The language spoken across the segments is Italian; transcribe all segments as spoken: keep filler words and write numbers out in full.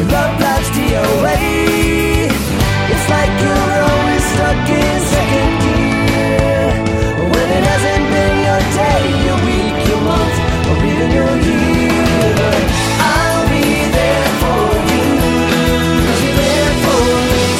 your love life's D O A. It's like you're always stuck in second gear, when it hasn't been your day, your week, your month, or even your year. But I'll be there for you, 'cause you're there for me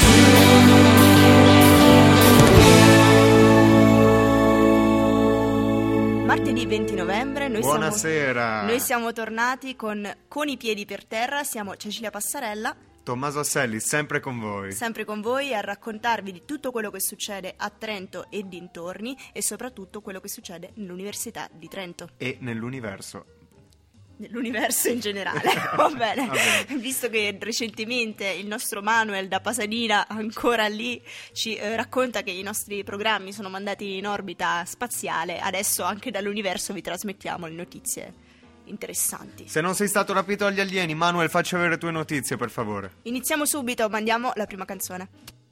too. Martedì venti novembre, noi Buonasera. siamo, noi siamo tornati con Con i piedi per terra, siamo Cecilia Passarella, Tommaso Asselli, sempre con voi. sempre con voi a raccontarvi di tutto quello che succede a Trento e dintorni e soprattutto quello che succede nell'Università di Trento. E nell'universo. Nell'universo in generale, va bene. Va bene. Visto che recentemente il nostro Manuel da Pasadena, ancora lì, ci eh, racconta che i nostri programmi sono mandati in orbita spaziale, adesso anche dall'universo vi trasmettiamo le notizie interessanti. Se non sei stato rapito dagli alieni, Manuel, facci avere tue notizie, per favore. Iniziamo subito, mandiamo la prima canzone.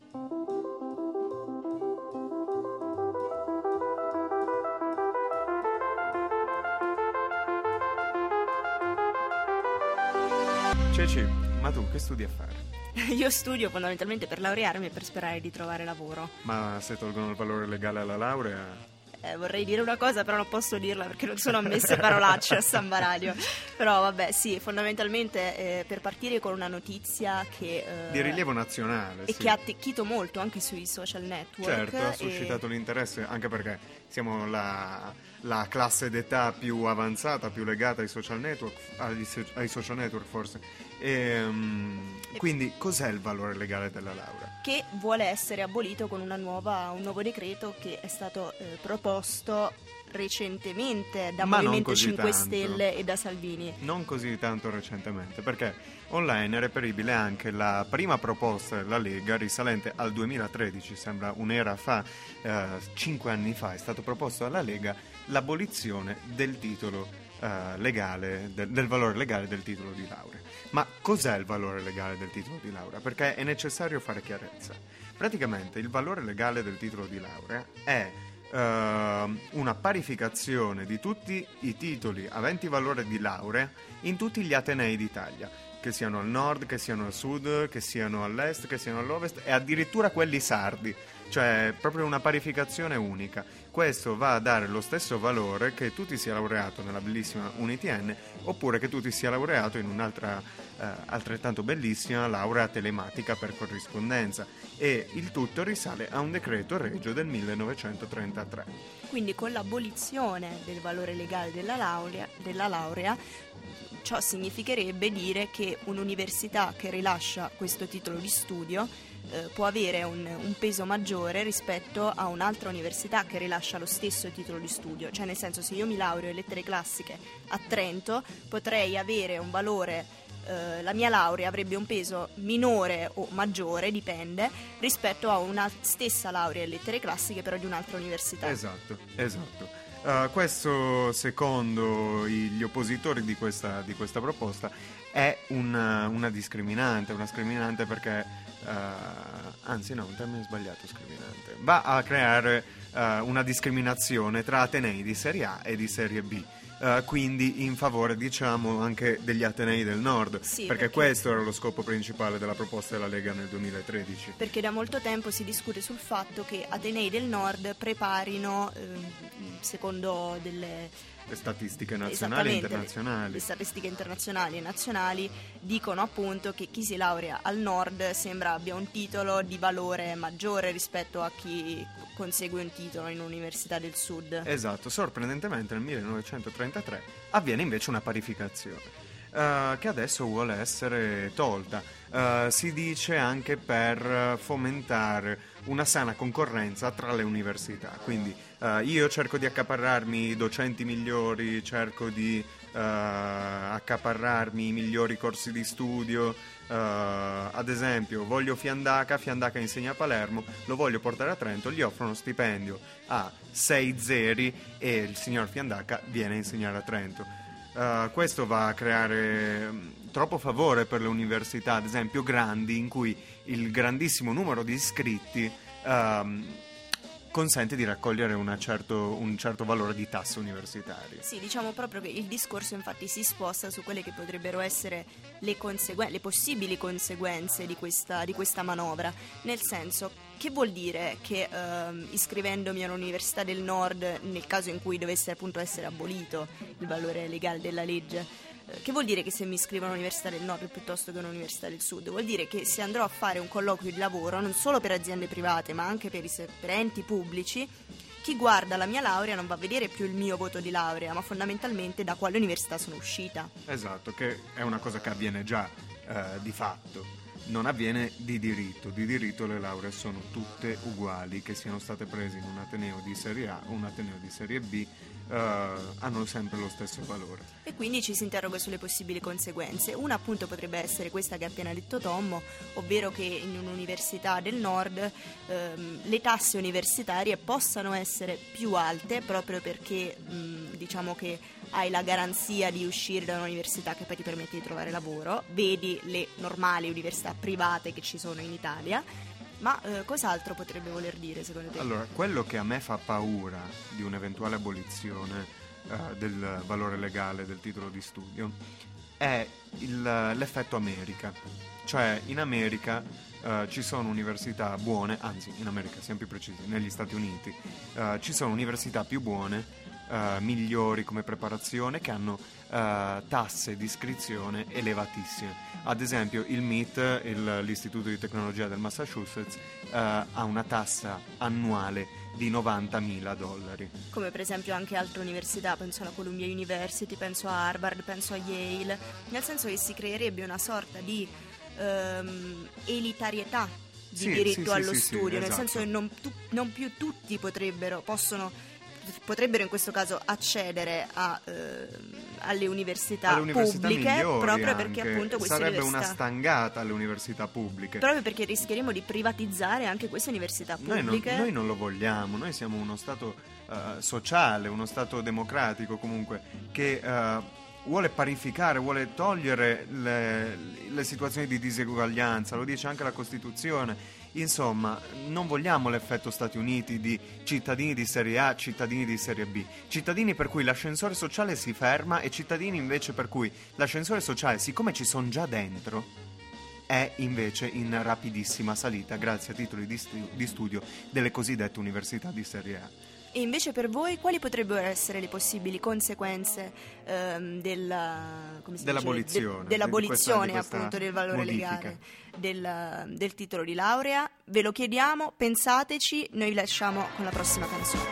Ceci, ma tu che studi a fare? Io studio fondamentalmente per laurearmi e per sperare di trovare lavoro. Ma se tolgono il valore legale alla laurea... Eh, vorrei dire una cosa, però non posso dirla perché non sono ammesse parolacce a Samba Radio. Però vabbè, sì, fondamentalmente eh, per partire con una notizia che eh, Di rilievo nazionale, e sì. che ha attecchito molto anche sui social network. Certo, ha e- suscitato l'interesse, anche perché siamo la, la classe d'età più avanzata, più legata ai social network, agli so- ai social network forse. E, um, quindi cos'è il valore legale della laurea? che vuole essere abolito con una nuova, un nuovo decreto che è stato eh, proposto recentemente da Ma non Movimento così cinque tanto. Stelle e da Salvini. Non così tanto recentemente, perché online è reperibile anche la prima proposta della Lega risalente al duemilatredici, sembra un'era fa, eh, cinque anni fa, è stato proposto dalla Lega l'abolizione del titolo eh, legale, del, del valore legale del titolo di laurea. Ma cos'è il valore legale del titolo di laurea? Perché è necessario fare chiarezza. Praticamente il valore legale del titolo di laurea è Uh, una parificazione di tutti i titoli aventi valore di laurea in tutti gli atenei d'Italia, che siano al nord, che siano al sud, che siano all'est, che siano all'ovest e addirittura quelli sardi, cioè proprio una parificazione unica. Questo va a dare lo stesso valore che tu ti sia laureato nella bellissima U N I T N oppure che tu ti sia laureato in un'altra eh, altrettanto bellissima laurea telematica per corrispondenza, e il tutto risale a un decreto regio del millenovecentotrentatré. Quindi con l'abolizione del valore legale della laurea, della laurea ciò significherebbe dire che un'università che rilascia questo titolo di studio eh, può avere un, un peso maggiore rispetto a un'altra università che rilascia lo stesso titolo di studio. Cioè, nel senso, se io mi laureo in lettere classiche a Trento, potrei avere un valore, eh, la mia laurea avrebbe un peso minore o maggiore, dipende, rispetto a una stessa laurea in lettere classiche però di un'altra università. Esatto, esatto. Uh, questo, secondo i- gli oppositori di questa, di questa proposta, è una, una discriminante, una scriminante perché, uh, anzi no, un termine sbagliato, scriminante, va a creare uh, una discriminazione tra atenei di serie A e di serie B. Uh, quindi in favore, diciamo, anche degli atenei del nord, Sì, perché, perché- questo era lo scopo principale della proposta della Lega nel duemilatredici. Perché da molto tempo si discute sul fatto che atenei del nord preparino, ehm, secondo delle Le statistiche nazionali e esattamente, internazionali. le statistiche internazionali e nazionali dicono appunto che chi si laurea al nord sembra abbia un titolo di valore maggiore rispetto a chi consegue un titolo in un'università del sud. Esatto, sorprendentemente nel millenovecentotrentatré avviene invece una parificazione eh, che adesso vuole essere tolta. Eh, si dice anche per fomentare una sana concorrenza tra le università, quindi eh, io cerco di accaparrarmi i docenti migliori, cerco di eh, accaparrarmi i migliori corsi di studio. Uh, ad esempio, voglio Fiandaca, Fiandaca insegna a Palermo, lo voglio portare a Trento, gli offrono stipendio a sei zeri e il signor Fiandaca viene a insegnare a Trento. Uh, questo va a creare um, troppo favore per le università, ad esempio grandi, in cui il grandissimo numero di iscritti um, consente di raccogliere una certo, un certo valore di tasse universitarie. Sì, diciamo proprio che il discorso infatti si sposta su quelle che potrebbero essere le, conseguen- le possibili conseguenze di questa, di questa manovra, nel senso, che vuol dire che ehm, iscrivendomi all'Università del Nord, nel caso in cui dovesse appunto essere abolito il valore legale della legge, che vuol dire che se mi iscrivo all'Università del Nord piuttosto che all'Università del Sud? Vuol dire che se andrò a fare un colloquio di lavoro, non solo per aziende private ma anche per, i, per enti pubblici, chi guarda la mia laurea non va a vedere più il mio voto di laurea, ma fondamentalmente da quale università sono uscita. Esatto, che è una cosa che avviene già eh, di fatto. Non avviene di diritto. Di diritto le lauree sono tutte uguali, che siano state prese in un ateneo di serie A o un ateneo di serie B, eh, hanno sempre lo stesso valore. E quindi ci si interroga sulle possibili conseguenze. Una appunto potrebbe essere questa che ha appena detto Tommo, ovvero che in un'università del nord ehm, le tasse universitarie possano essere più alte, proprio perché mh, diciamo che hai la garanzia di uscire da un'università che poi ti permette di trovare lavoro, vedi le normali università private che ci sono in Italia. Ma eh, cos'altro potrebbe voler dire secondo te? Allora, quello che a me fa paura di un'eventuale abolizione eh, del valore legale del titolo di studio è il, l'effetto America. Cioè, in America eh, ci sono università buone, anzi, in America siamo più precisi, negli Stati Uniti, eh, ci sono università più buone, Uh, migliori come preparazione, che hanno uh, tasse di iscrizione elevatissime. Ad esempio il M I T, il, l'Istituto di Tecnologia del Massachusetts, uh, ha una tassa annuale di novantamila dollari. Come per esempio anche altre università, penso alla Columbia University, penso a Harvard, penso a Yale, nel senso che si creerebbe una sorta di um, elitarietà di sì, diritto sì, allo sì, studio, sì, nel esatto. senso che non, tu, non più tutti potrebbero, possono potrebbero in questo caso accedere a, eh, alle università, alle università pubbliche, migliori proprio anche. perché appunto queste sarebbe università, una stangata alle università pubbliche, proprio perché rischieremo di privatizzare anche queste università noi pubbliche. non, noi non lo vogliamo, noi siamo uno stato uh, sociale, uno stato democratico comunque che uh, vuole parificare, vuole togliere le, le situazioni di diseguaglianza, lo dice anche la Costituzione. Insomma, non vogliamo l'effetto Stati Uniti di cittadini di serie A, cittadini di serie B, cittadini per cui l'ascensore sociale si ferma e cittadini invece per cui l'ascensore sociale, siccome ci sono già dentro, è invece in rapidissima salita grazie a titoli di, stu- di studio delle cosiddette università di serie A. E invece per voi quali potrebbero essere le possibili conseguenze ehm, della, come si dell'abolizione, dice? De, dell'abolizione di questa, di appunto del valore modifica. legale del, del titolo di laurea? Ve lo chiediamo, pensateci, noi vi lasciamo con la prossima canzone.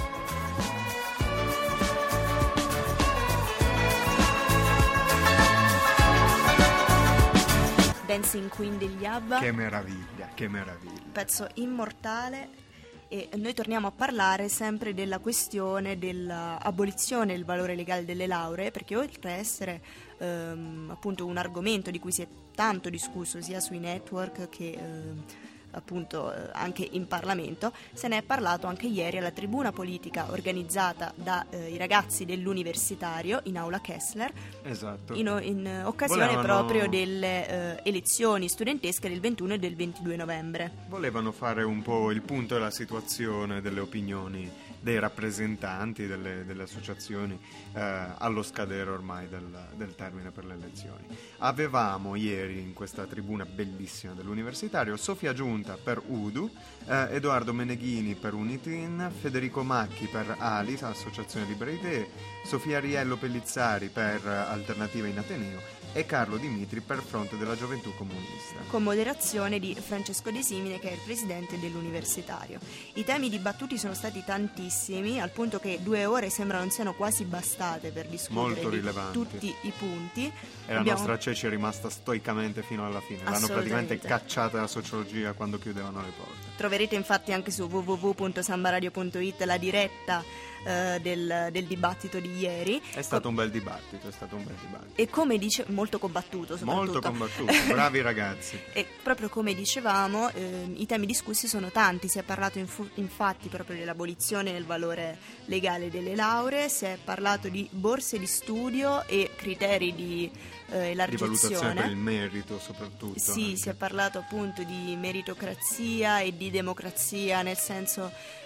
Dancing Queen degli ABBA. Che meraviglia, che meraviglia. Pezzo immortale. E noi torniamo a parlare sempre della questione dell'abolizione del valore legale delle lauree, perché oltre a essere ehm, appunto un argomento di cui si è tanto discusso sia sui network che ehm, appunto eh, anche in Parlamento, se ne è parlato anche ieri alla tribuna politica organizzata dai eh, ragazzi dell'universitario in aula Kessler, esatto. in, in occasione Volevano... proprio delle eh, elezioni studentesche del ventuno e del ventidue novembre. Volevano fare un po' il punto della situazione, delle opinioni dei rappresentanti delle, delle associazioni eh, allo scadere ormai del, del termine per le elezioni. Avevamo ieri in questa tribuna bellissima dell'universitario Sofia Giunta per U D U, eh, Edoardo Meneghini per Unitin, Federico Macchi per ALI, Associazione Libere Idee, Sofia Riello Pellizzari per Alternativa in Ateneo e Carlo Dimitri per Fronte della Gioventù Comunista. Con moderazione di Francesco De Simine, che è il presidente dell'universitario. I temi dibattuti sono stati tantissimi, al punto che due ore sembrano siano quasi bastate per discutere Molto di rilevanti. tutti i punti. E la Abbiamo... nostra Ceci è rimasta stoicamente fino alla fine. L'hanno praticamente cacciata da sociologia quando chiudevano le porte. Troverete infatti anche su w w w punto samba radio punto it la diretta eh, del, del dibattito di ieri. È stato Co- un bel dibattito, è stato un bel dibattito. E come dice, molto combattuto soprattutto. Molto combattuto, bravi ragazzi. E proprio come dicevamo, eh, i temi discussi sono tanti. Si è parlato infu- infatti proprio dell'abolizione del valore legale delle lauree, si è parlato di borse di studio e criteri di eh, elargizione. Di valutazione per il merito soprattutto. Sì, anche. Si è parlato appunto di meritocrazia e di democrazia, nel senso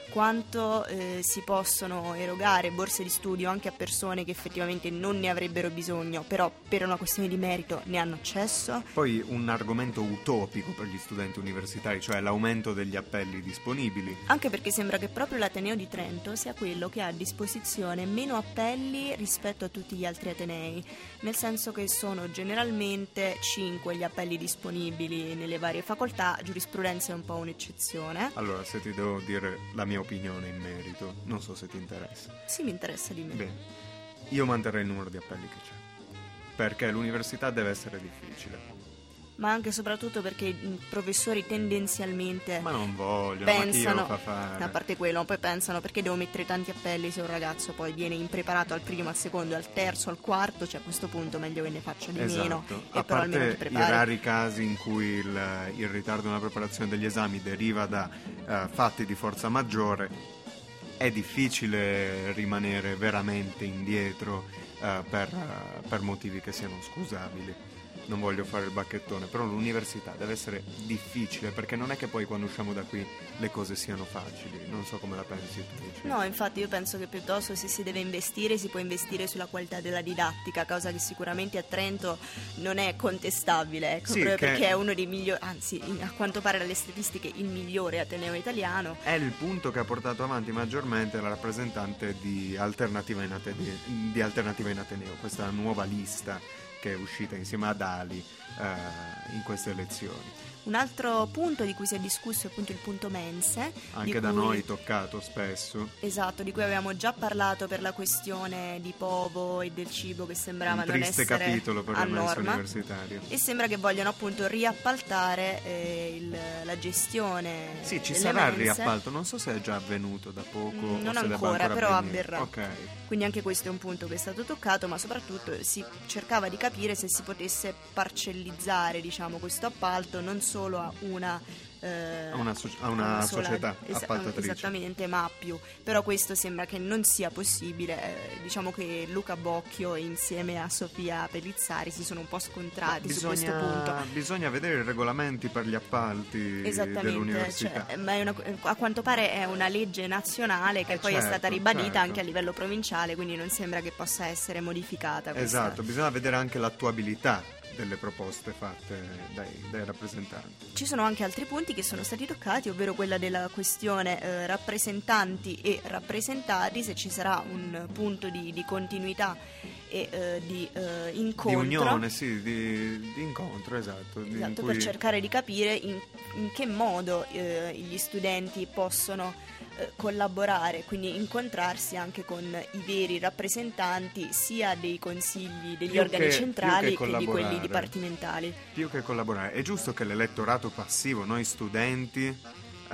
quanto eh, si possono erogare borse di studio anche a persone che effettivamente non ne avrebbero bisogno, però per una questione di merito ne hanno accesso. Poi un argomento utopico per gli studenti universitari, cioè l'aumento degli appelli disponibili. Anche perché sembra che proprio l'Ateneo di Trento sia quello che ha a disposizione meno appelli rispetto a tutti gli altri atenei, nel senso che sono generalmente cinque gli appelli disponibili nelle varie facoltà. Giurisprudenza è un po' un'eccezione. Allora, se ti devo dire la mia opinione in merito, non so se ti interessa. Sì, mi interessa di me. Bene, io manterrei il numero di appelli che c'è, perché l'università deve essere difficile. Ma anche e soprattutto perché i professori tendenzialmente Ma non vogliono, pensano, ma chi lo fa fare? a parte quello, poi pensano perché devo mettere tanti appelli se un ragazzo poi viene impreparato al primo, al secondo, al terzo, al quarto, cioè a questo punto meglio che ne faccia di Esatto. meno e a però almeno ti parte i prepari. rari casi in cui il, il ritardo nella preparazione degli esami deriva da eh, fatti di forza maggiore, è difficile rimanere veramente indietro eh, per, eh, per motivi che siano scusabili. Non voglio fare il bacchettone, però l'università deve essere difficile, perché non è che poi quando usciamo da qui le cose siano facili. Non so come la pensi tu. Dici. No, infatti io penso che piuttosto se si deve investire si può investire sulla qualità della didattica, cosa che sicuramente a Trento non è contestabile, ecco, Sì, proprio che- perché è uno dei migliori, anzi in- a quanto pare dalle statistiche il migliore ateneo italiano. È il punto che ha portato avanti maggiormente la rappresentante di Alternativa in Ateneo, di Alternativa in Ateneo, questa nuova lista che è uscita insieme ad Ali eh, in queste elezioni. Un altro punto di cui si è discusso è appunto il punto mense. Anche di da cui- noi toccato spesso. Esatto, di cui avevamo già parlato per la questione di Povo e del cibo che sembrava Un non triste essere capitolo per a le mense norma. universitarie. E sembra che vogliano appunto riappaltare eh, il- la gestione Sì, ci delle sarà il mense. riappalto, non so se è già avvenuto da poco Mm, o non se debba ancora, ancora però avvenire. avverrà. Ok. Quindi anche questo è un punto che è stato toccato, ma soprattutto si cercava di capire se si potesse parcellizzare, diciamo, questo appalto non solo a una eh, A una so- a una sola- società esa- appaltatrice. esattamente, ma a più. Però questo sembra che non sia possibile. Eh, diciamo che Luca Bocchio insieme a Sofia Pellizzari si sono un po' scontrati su questo punto. Bisogna, bisogna vedere i regolamenti per gli appalti Esattamente, dell'università. cioè, ma è una- a quanto pare è una legge nazionale che Eh, poi è stata certo, ribadita certo. anche a livello provinciale, quindi non sembra che possa essere modificata questa. Esatto, bisogna vedere anche l'attuabilità delle proposte fatte dai, dai rappresentanti. Ci sono anche altri punti che sono stati toccati, ovvero quella della questione eh, rappresentanti e rappresentati, se ci sarà un punto di, di continuità e eh, di eh, incontro. Di unione, sì, di, di incontro, esatto. in Esatto, cui- per cercare di capire in, in che modo eh, gli studenti possono eh, collaborare, quindi incontrarsi anche con i veri rappresentanti sia dei consigli degli Più organi che- centrali più che che, di quelli collaborare. dipartimentali. Più che collaborare, è giusto che l'elettorato passivo, noi studenti, eh,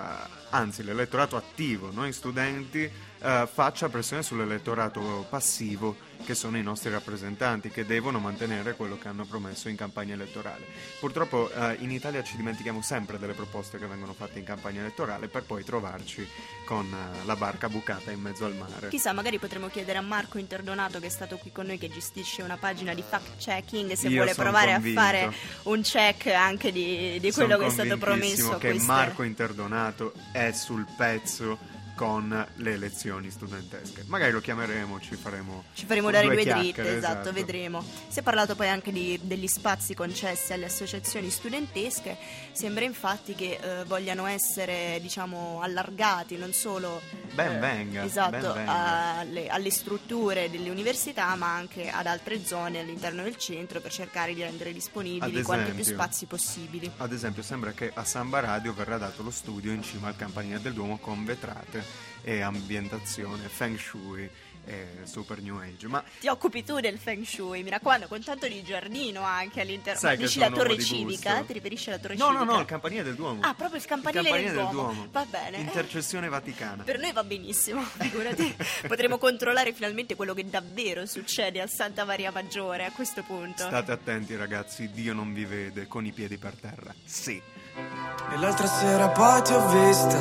anzi l'elettorato attivo, noi studenti, eh, faccia pressione sull'elettorato passivo, che sono i nostri rappresentanti, che devono mantenere quello che hanno promesso in campagna elettorale. Purtroppo eh, in Italia ci dimentichiamo sempre delle proposte che vengono fatte in campagna elettorale per poi trovarci con eh, la barca bucata in mezzo al mare. Chissà, magari potremmo chiedere a Marco Interdonato, che è stato qui con noi, che gestisce una pagina di fact checking, se Io vuole son provare convinto. a fare un check anche di, di quello Sono che è stato convintissimo promesso. che queste- Marco Interdonato è sul pezzo con le elezioni studentesche. Magari lo chiameremo, ci faremo Ci faremo dare due, chiacchiere, dritte, esatto, vedremo. Si è parlato poi anche di- degli spazi concessi alle associazioni studentesche. Sembra infatti che eh, vogliano essere, diciamo, allargati non solo Ben eh, venga, esatto, ben venga. alle, alle strutture delle università, ma anche ad altre zone all'interno del centro, per cercare di rendere disponibili Ad quanti più esempio. spazi possibili. Ad esempio sembra che a Samba Radio verrà dato lo studio in cima al campanile del Duomo con vetrate e ambientazione, feng shui e super new age. Ma Ti occupi tu del feng shui, mi raccomando, con tanto di giardino anche all'interno. Sai Ma che dici sono la torre uomo di civica? gusto. Ti riferisci alla torre no, civica? no, no, il campanile del Duomo. Ah, proprio il campanile, campanile del, del Duomo. Duomo. Va bene. Intercessione vaticana. Per noi va benissimo, figurati. Potremo controllare finalmente quello che davvero succede al Santa Maria Maggiore a questo punto. State attenti ragazzi, Dio non vi vede con i piedi per terra. Sì. E l'altra sera poi ti ho vista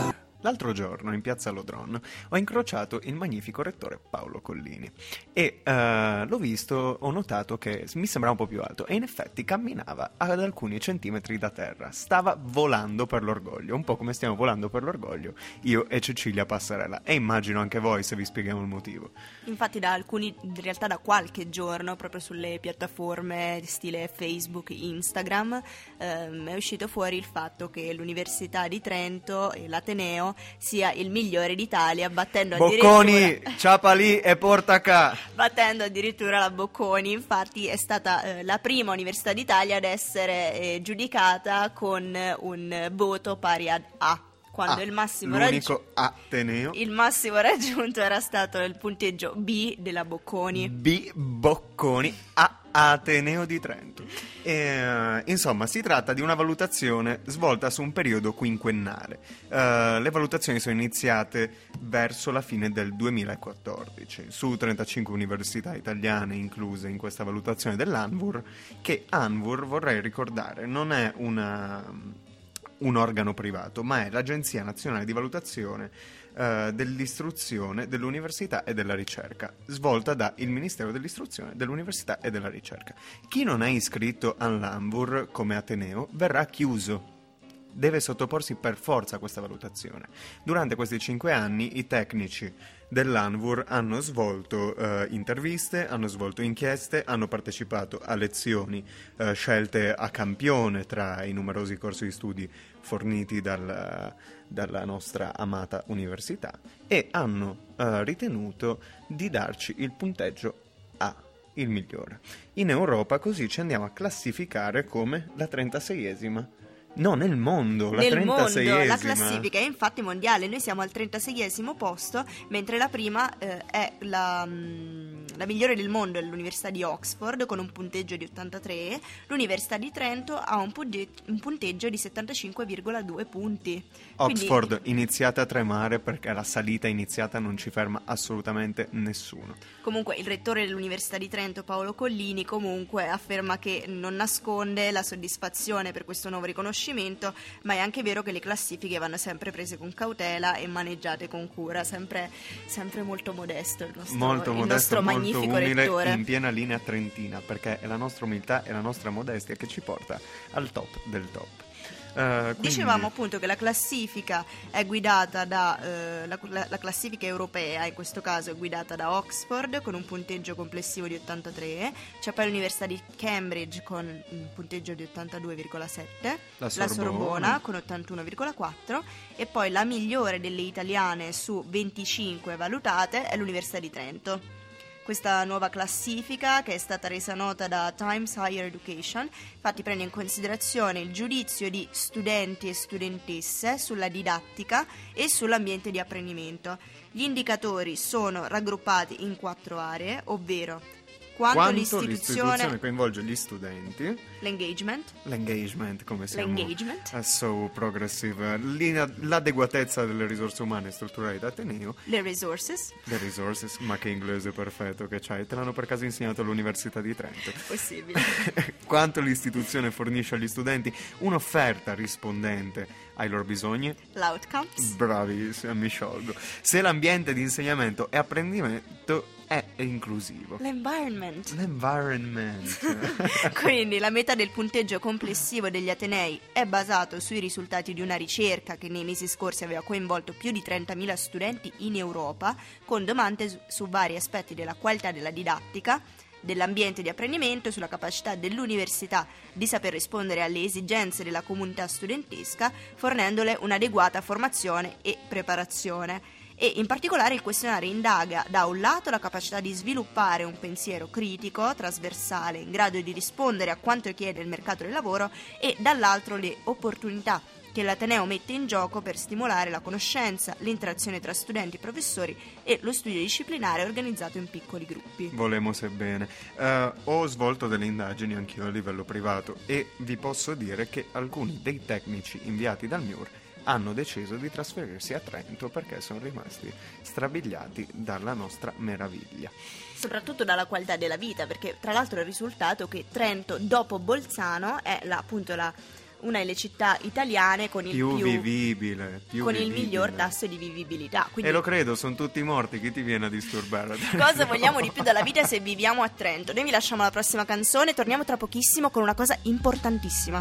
L'altro giorno in piazza Lodron ho incrociato il magnifico rettore Paolo Collini e uh, l'ho visto, ho notato che mi sembrava un po' più alto e in effetti camminava ad alcuni centimetri da terra, stava volando per l'orgoglio, un po' come stiamo volando per l'orgoglio io e Cecilia Passarella, e immagino anche voi se vi spieghiamo il motivo. Infatti da alcuni, in realtà da qualche giorno, proprio sulle piattaforme stile Facebook, Instagram, ehm, è uscito fuori il fatto che l'Università di Trento e l'Ateneo sia il migliore d'Italia, battendo Bocconi, addirittura Ciapalì e Portacà battendo addirittura la Bocconi. Infatti è stata eh, la prima università d'Italia ad essere eh, giudicata con un voto pari ad A, quando ah, il massimo l'unico raggi- Ateneo il massimo raggiunto era stato il punteggio B della Bocconi. B Bocconi A Ateneo di Trento. E, insomma, si tratta di una valutazione svolta su un periodo quinquennale. Uh, le valutazioni sono iniziate verso la fine del duemilaquattordici su trentacinque università italiane incluse in questa valutazione dell'ANVUR, che ANVUR, vorrei ricordare, non è una, un organo privato, ma è l'Agenzia Nazionale di Valutazione Uh, dell'istruzione, dell'università e della ricerca, svolta da il Ministero dell'Istruzione, dell'Università e della Ricerca. Chi non è iscritto all'ANVUR come Ateneo verrà chiuso, deve sottoporsi per forza a questa valutazione. Durante questi cinque anni i tecnici dell'ANVUR hanno svolto uh, interviste, hanno svolto inchieste, hanno partecipato a lezioni uh, scelte a campione tra i numerosi corsi di studi forniti dal, dalla nostra amata università e hanno uh, ritenuto di darci il punteggio A, il migliore. In Europa così ci andiamo a classificare come la trentaseiesima. No, nel mondo, la nel trentaseiesima. mondo, la classifica è infatti mondiale, noi siamo al trentaseiesimo posto, mentre la prima eh, è la, mh, la migliore del mondo, è l'Università di Oxford con un punteggio di ottantatré, l'Università di Trento ha un, punge- un punteggio di settantacinque virgola due punti. Oxford Quindi, iniziate a tremare perché la salita iniziata non ci ferma assolutamente nessuno. Comunque il rettore dell'Università di Trento, Paolo Collini, comunque afferma che non nasconde la soddisfazione per questo nuovo riconoscimento, ma è anche vero che le classifiche vanno sempre prese con cautela e maneggiate con cura, sempre, sempre molto modesto il nostro, molto il modesto, nostro molto magnifico umile, rettore. in piena linea trentina, perché è la nostra umiltà e la nostra modestia che ci porta al top del top. Uh, quindi... Dicevamo appunto che la classifica è guidata da eh, la, la, la classifica europea, in questo caso è guidata da Oxford con un punteggio complessivo di ottantatré, c'è poi l'Università di Cambridge con un punteggio di ottantadue virgola sette, la la Sorbona, Sorbona con ottantuno virgola quattro e poi la migliore delle italiane su venticinque valutate è l'Università di Trento. Questa nuova classifica, che è stata resa nota da Times Higher Education, infatti prende in considerazione il giudizio di studenti e studentesse sulla didattica e sull'ambiente di apprendimento. Gli indicatori sono raggruppati in quattro aree, ovvero quanto, quanto l'istituzione, l'istituzione coinvolge gli studenti, l'engagement, l'engagement come siamo l'engagement, so progressive, l'ina- l'adeguatezza delle risorse umane e strutturali d'Ateneo, le resources, le resources, ma che inglese perfetto che c'hai, te l'hanno per caso insegnato all'Università di Trento. possibile, Quanto l'istituzione fornisce agli studenti un'offerta rispondente ai loro bisogni, l'outcomes, bravissima, mi sciolgo, se l'ambiente di insegnamento e apprendimento è inclusivo, l'environment. l'environment. Quindi la metà del punteggio complessivo degli Atenei è basato sui risultati di una ricerca che nei mesi scorsi aveva coinvolto più di trentamila studenti in Europa, con domande su, su vari aspetti della qualità della didattica, dell'ambiente di apprendimento e sulla capacità dell'università di saper rispondere alle esigenze della comunità studentesca, fornendole un'adeguata formazione e preparazione. E in particolare il questionario indaga da un lato la capacità di sviluppare un pensiero critico, trasversale, in grado di rispondere a quanto chiede il mercato del lavoro, e dall'altro le opportunità che l'Ateneo mette in gioco per stimolare la conoscenza, l'interazione tra studenti e professori e lo studio disciplinare organizzato in piccoli gruppi. Volemo sebbene. Uh, ho svolto delle indagini anch'io a livello privato e vi posso dire che alcuni dei tecnici inviati dal M I U R hanno deciso di trasferirsi a Trento perché sono rimasti strabiliati dalla nostra meraviglia. Soprattutto dalla qualità della vita, perché tra l'altro è il risultato che Trento dopo Bolzano è la, appunto la una delle città italiane con il più, più vivibile, più con vivibile. il miglior tasso di vivibilità. Quindi, e lo credo, sono tutti morti, chi ti viene a disturbare? cosa vogliamo di più dalla vita se viviamo a Trento? Noi vi lasciamo alla prossima canzone, torniamo tra pochissimo con una cosa importantissima.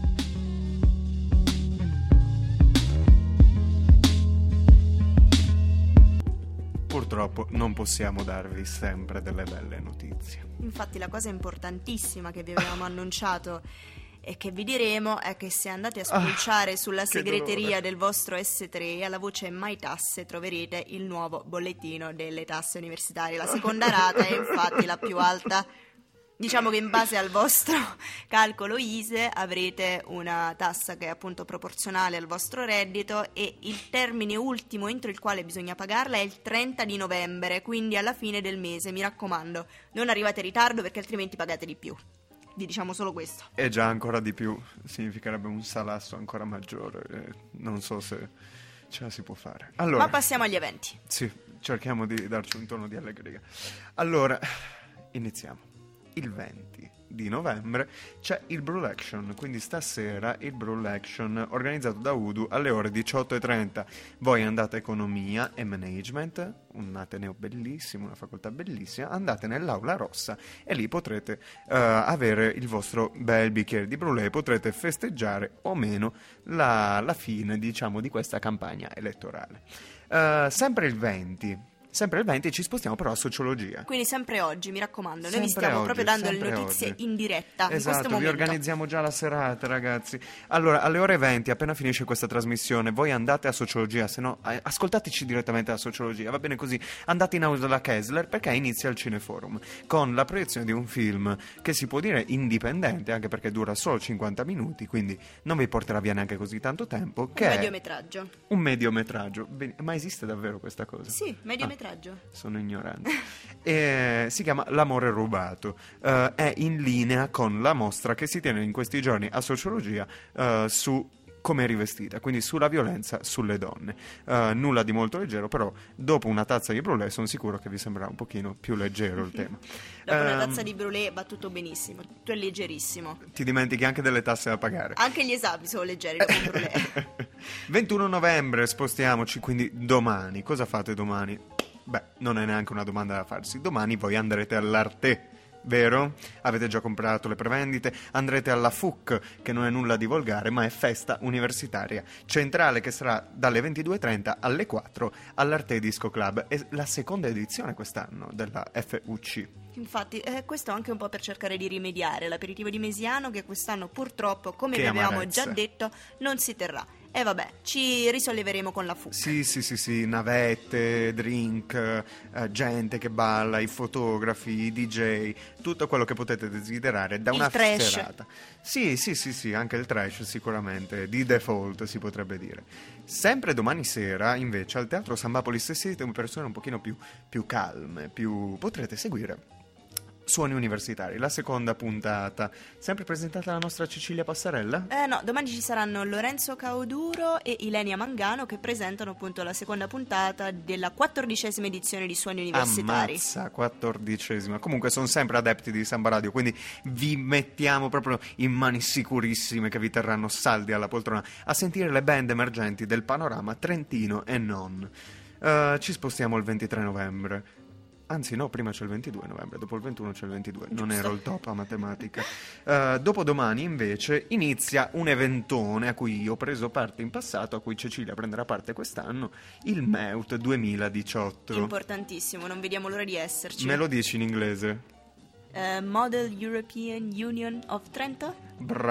Purtroppo non possiamo darvi sempre delle belle notizie. Infatti la cosa importantissima che vi avevamo annunciato e che vi diremo è che se andate a spulciare ah, sulla che segreteria dolore. del vostro S tre alla voce Mai Tasse troverete il nuovo bollettino delle tasse universitarie. La seconda rata è infatti la più alta. Diciamo che in base al vostro calcolo I S E E avrete una tassa che è appunto proporzionale al vostro reddito e il termine ultimo entro il quale bisogna pagarla è il trenta di novembre, quindi alla fine del mese. Mi raccomando, non arrivate in ritardo perché altrimenti pagate di più. Vi diciamo solo questo. E già ancora di più significherebbe un salasso ancora maggiore. Eh, non so se ce la si può fare. Allora, ma passiamo agli eventi. Sì, cerchiamo di darci un tono di allegria. Allora, iniziamo. Il venti di novembre c'è il Brul Action, quindi stasera il Brul Action organizzato da Udu alle ore diciotto e trenta. Voi andate a Economia e Management, un ateneo bellissimo, una facoltà bellissima, andate nell'aula rossa e lì potrete uh, avere il vostro bel bicchiere di Brulé e potrete festeggiare o meno la, la fine, diciamo, di questa campagna elettorale. Uh, sempre il venti. Sempre il venti ci spostiamo però a sociologia. Quindi sempre oggi, mi raccomando, noi Sempre vi stiamo oggi, proprio dando le sempre notizie oggi. in diretta in questo Esatto, vi momento. organizziamo già la serata, ragazzi. Allora, alle ore venti, appena finisce questa trasmissione, voi andate a sociologia, se no eh, ascoltateci direttamente a sociologia, va bene così. Andate in auto alla Kessler perché inizia il Cineforum con la proiezione di un film che si può dire indipendente, anche perché dura solo cinquanta minuti, quindi non vi porterà via neanche così tanto tempo, che Un è mediometraggio. un mediometraggio. Ben- ma esiste davvero questa cosa? Sì, mediometraggio. Ah, sono ignorante. E si chiama L'amore rubato. Eh, è in linea con la mostra che si tiene in questi giorni a sociologia eh, su come è rivestita, quindi sulla violenza sulle donne. Uh, nulla di molto leggero, però dopo una tazza di brulè sono sicuro che vi sembrerà un pochino più leggero il tema. Dopo una Um, tazza di brulè va tutto benissimo, tutto è leggerissimo. Ti dimentichi anche delle tasse da pagare. Anche gli esami sono leggeri dopo un brulè. ventuno novembre, spostiamoci, quindi domani. Cosa fate domani? Beh, non è neanche una domanda da farsi. Domani voi andrete all'Arte, vero? Avete già comprato le prevendite, andrete alla F U C, che non è nulla di volgare, ma è festa universitaria centrale, che sarà dalle ventidue e trenta alle quattro all'Arte Disco Club. È la seconda edizione quest'anno della F U C. Infatti, eh, questo anche un po' per cercare di rimediare l'aperitivo di Mesiano, che quest'anno purtroppo, come Che vi avevamo amarezze. già detto, non si terrà. E vabbè, ci risolleveremo con la F U C. Sì, sì, sì, sì, navette, drink, eh, gente che balla, i fotografi, i D J, tutto quello che potete desiderare da Il una trash. serata. Sì, sì, sì, sì, anche il trash sicuramente, di default si potrebbe dire. Sempre domani sera, invece, al Teatro Sambapoli, se siete persone un pochino più, più calme, più potrete seguire Suoni Universitari, la seconda puntata, sempre presentata dalla nostra Cecilia Passarella. Eh no, domani ci saranno Lorenzo Cauduro e Ilenia Mangano che presentano appunto la seconda puntata della quattordicesima edizione di Suoni Universitari. Ammazza, quattordicesima. Comunque sono sempre adepti di Samba Radio, quindi vi mettiamo proprio in mani sicurissime che vi terranno saldi alla poltrona a sentire le band emergenti del panorama trentino e non. Uh, ci spostiamo il ventitré novembre. Anzi no, prima c'è il ventidue novembre, dopo il ventuno c'è il ventidue, non Giusto. ero il top a matematica. Uh, dopodomani invece inizia un eventone a cui io ho preso parte in passato, a cui Cecilia prenderà parte quest'anno, il M E U T duemiladiciotto. Importantissimo, non vediamo l'ora di esserci. Me lo dici in inglese? Eh, Model European Union of Trento?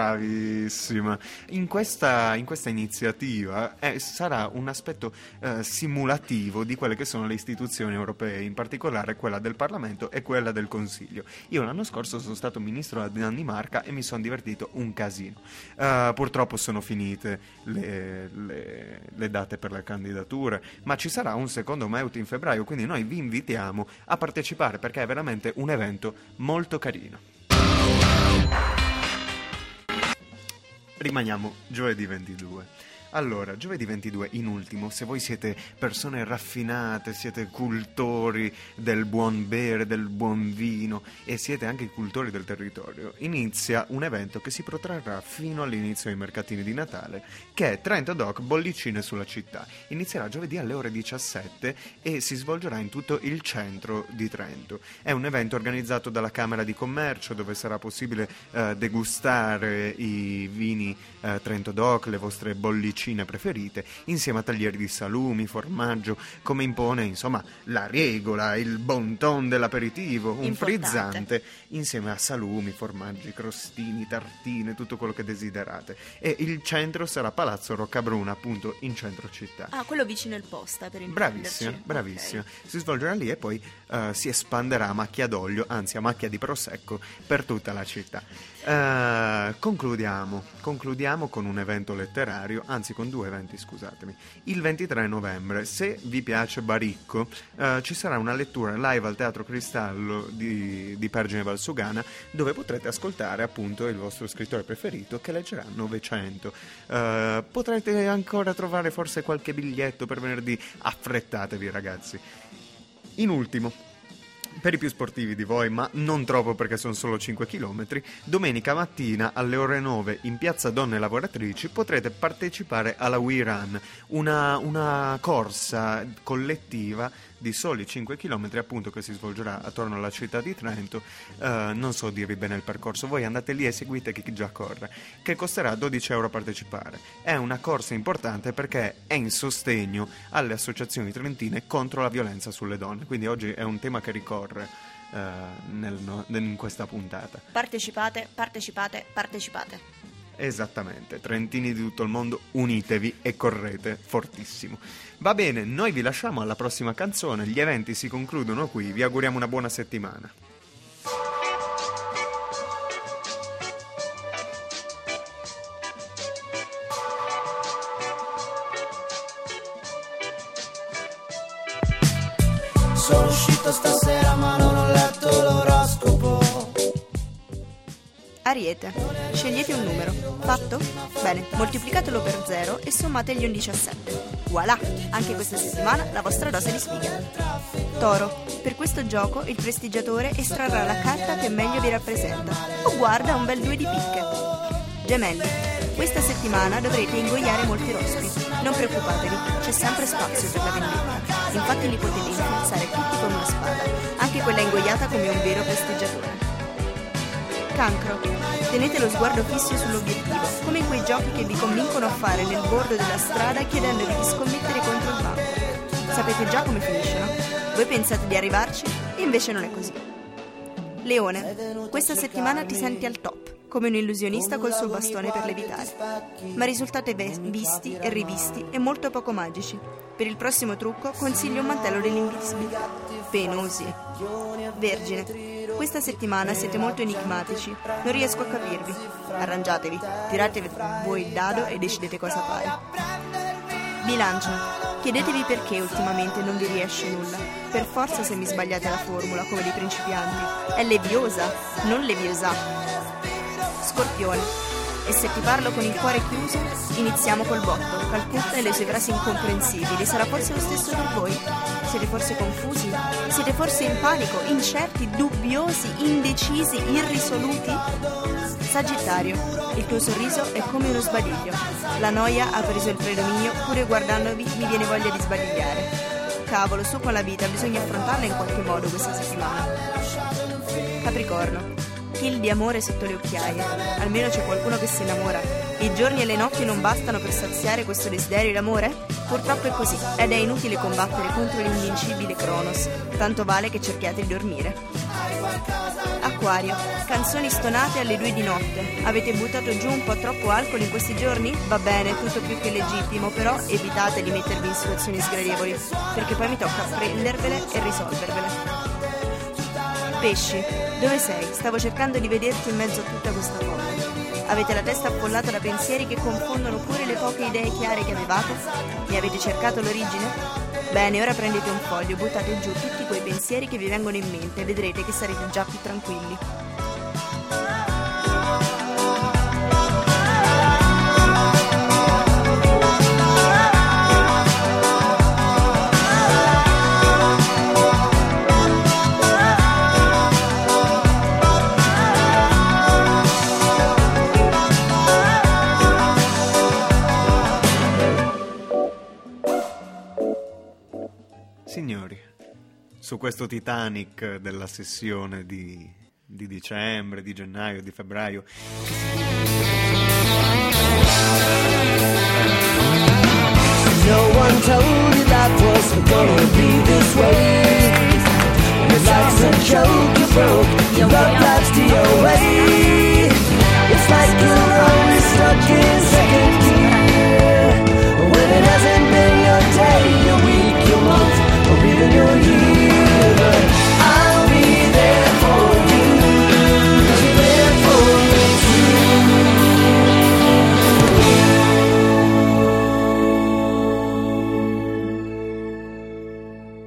Bravissima. In questa, in questa iniziativa eh, sarà un aspetto eh, simulativo di quelle che sono le istituzioni europee, in particolare quella del Parlamento e quella del Consiglio. Io l'anno scorso sono stato ministro della Danimarca e mi sono divertito un casino. Uh, purtroppo sono finite le, le, le date per le candidature, ma ci sarà un secondo M E U T in febbraio, quindi noi vi invitiamo a partecipare perché è veramente un evento molto carino. Rimaniamo giovedì ventidue. Allora, giovedì ventidue, in ultimo, se voi siete persone raffinate, siete cultori del buon bere, del buon vino e siete anche cultori del territorio, inizia un evento che si protrarrà fino all'inizio dei mercatini di Natale, che è Trento Doc Bollicine sulla città. Inizierà giovedì alle ore diciassette e si svolgerà in tutto il centro di Trento. È un evento organizzato dalla Camera di Commercio, dove sarà possibile eh, degustare i vini eh, Trento Doc, le vostre bollicine preferite, insieme a taglieri di salumi, formaggio, come impone insomma la regola, il bon ton dell'aperitivo, un Importante. frizzante insieme a salumi, formaggi, crostini, tartine, tutto quello che desiderate. E il centro sarà Palazzo Roccabruna, appunto in centro città. Ah, quello vicino al posta, per intenderci. Bravissima, bravissima. Ok. Si svolgerà lì e poi eh, si espanderà a macchia d'olio, anzi a macchia di prosecco, per tutta la città. Eh, concludiamo, concludiamo con un evento letterario, anzi con due eventi, scusatemi. Il ventitré novembre, se vi piace Baricco, eh, ci sarà una lettura live al Teatro Cristallo di, di Pergine Valsugana, dove potrete ascoltare appunto il vostro scrittore preferito che leggerà Novecento. Eh, potrete ancora trovare forse qualche biglietto per venerdì, affrettatevi ragazzi. In ultimo, per i più sportivi di voi, ma non troppo perché sono solo cinque chilometri, domenica mattina alle ore nove in Piazza Donne Lavoratrici potrete partecipare alla We Run, una, una corsa collettiva di soli cinque chilometri appunto che si svolgerà attorno alla città di Trento. Uh, non so dirvi bene il percorso, voi andate lì e seguite chi già corre, che costerà dodici euro partecipare. È una corsa importante perché è in sostegno alle associazioni trentine contro la violenza sulle donne, quindi oggi è un tema che ricorre uh, nel, no, in questa puntata. Partecipate, partecipate, partecipate. Esattamente, trentini di tutto il mondo, unitevi e correte fortissimo. Va bene, noi vi lasciamo alla prossima canzone, gli eventi si concludono qui, vi auguriamo una buona settimana. Sono uscito stasera ma non ho letto l'oroscopo. Ariete, scegliete un numero. Fatto? Bene, moltiplicatelo per zero e sommategli un diciassette. Voilà! Anche questa settimana la vostra dose di sfiga. Toro, per questo gioco il prestigiatore estrarrà la carta che meglio vi rappresenta. O guarda un bel due di picche. Gemelli, questa settimana dovrete ingoiare molti rospi. Non preoccupatevi, c'è sempre spazio per la vendetta. Infatti li potete infilzare tutti con una spada, anche quella ingoiata come un vero prestigiatore. Cancro, tenete lo sguardo fisso sull'obiettivo, come in quei giochi che vi convincono a fare nel bordo della strada chiedendovi di scommettere contro il banco. Sapete già come finisce, no? Voi pensate di arrivarci e invece non è così. Leone, questa settimana ti senti al top, come un illusionista col suo bastone per levitare. Ma risultate ve- visti e rivisti e molto poco magici. Per il prossimo trucco consiglio un mantello dell'invisibilità. Penosi. Vergine, questa settimana siete molto enigmatici, non riesco a capirvi. Arrangiatevi, tiratevi voi il dado e decidete cosa fare. Bilancia, chiedetevi perché ultimamente non vi riesce nulla. Per forza se mi sbagliate la formula, come dei principianti. È leviosa, non leviosa. Scorpione, e se ti parlo con il cuore chiuso, iniziamo col botto. Calcutta e le sue frasi incomprensibili. Sarà forse lo stesso per voi? Siete forse confusi? Siete forse in panico, incerti, dubbiosi, indecisi, irrisoluti? Sagittario, il tuo sorriso è come uno sbadiglio. La noia ha preso il predominio, pure guardandovi mi viene voglia di sbadigliare. Cavolo, su con la vita, bisogna affrontarla in qualche modo questa settimana. Capricorno, kill di amore sotto le occhiaie. Almeno c'è qualcuno che si innamora. I giorni e le notti non bastano per saziare questo desiderio d'amore? Purtroppo è così, ed è inutile combattere contro l'invincibile Cronos. Tanto vale che cerchiate di dormire. Acquario, canzoni stonate alle due di notte. Avete buttato giù un po' troppo alcol in questi giorni? Va bene, tutto più che legittimo, però evitate di mettervi in situazioni sgradevoli, perché poi mi tocca prendervele e risolvervele. Pesci, dove sei? Stavo cercando di vederti in mezzo a tutta questa cosa. Avete la testa affollata da pensieri che confondono pure le poche idee chiare che avevate? Ne avete cercato l'origine? Bene, ora prendete un foglio, buttate giù tutti quei pensieri che vi vengono in mente e vedrete che sarete già più tranquilli. signori, su questo Titanic della sessione di, di dicembre, di gennaio, di febbraio, No one told you life was gonna be this way. Life's a joke you broke. You wrote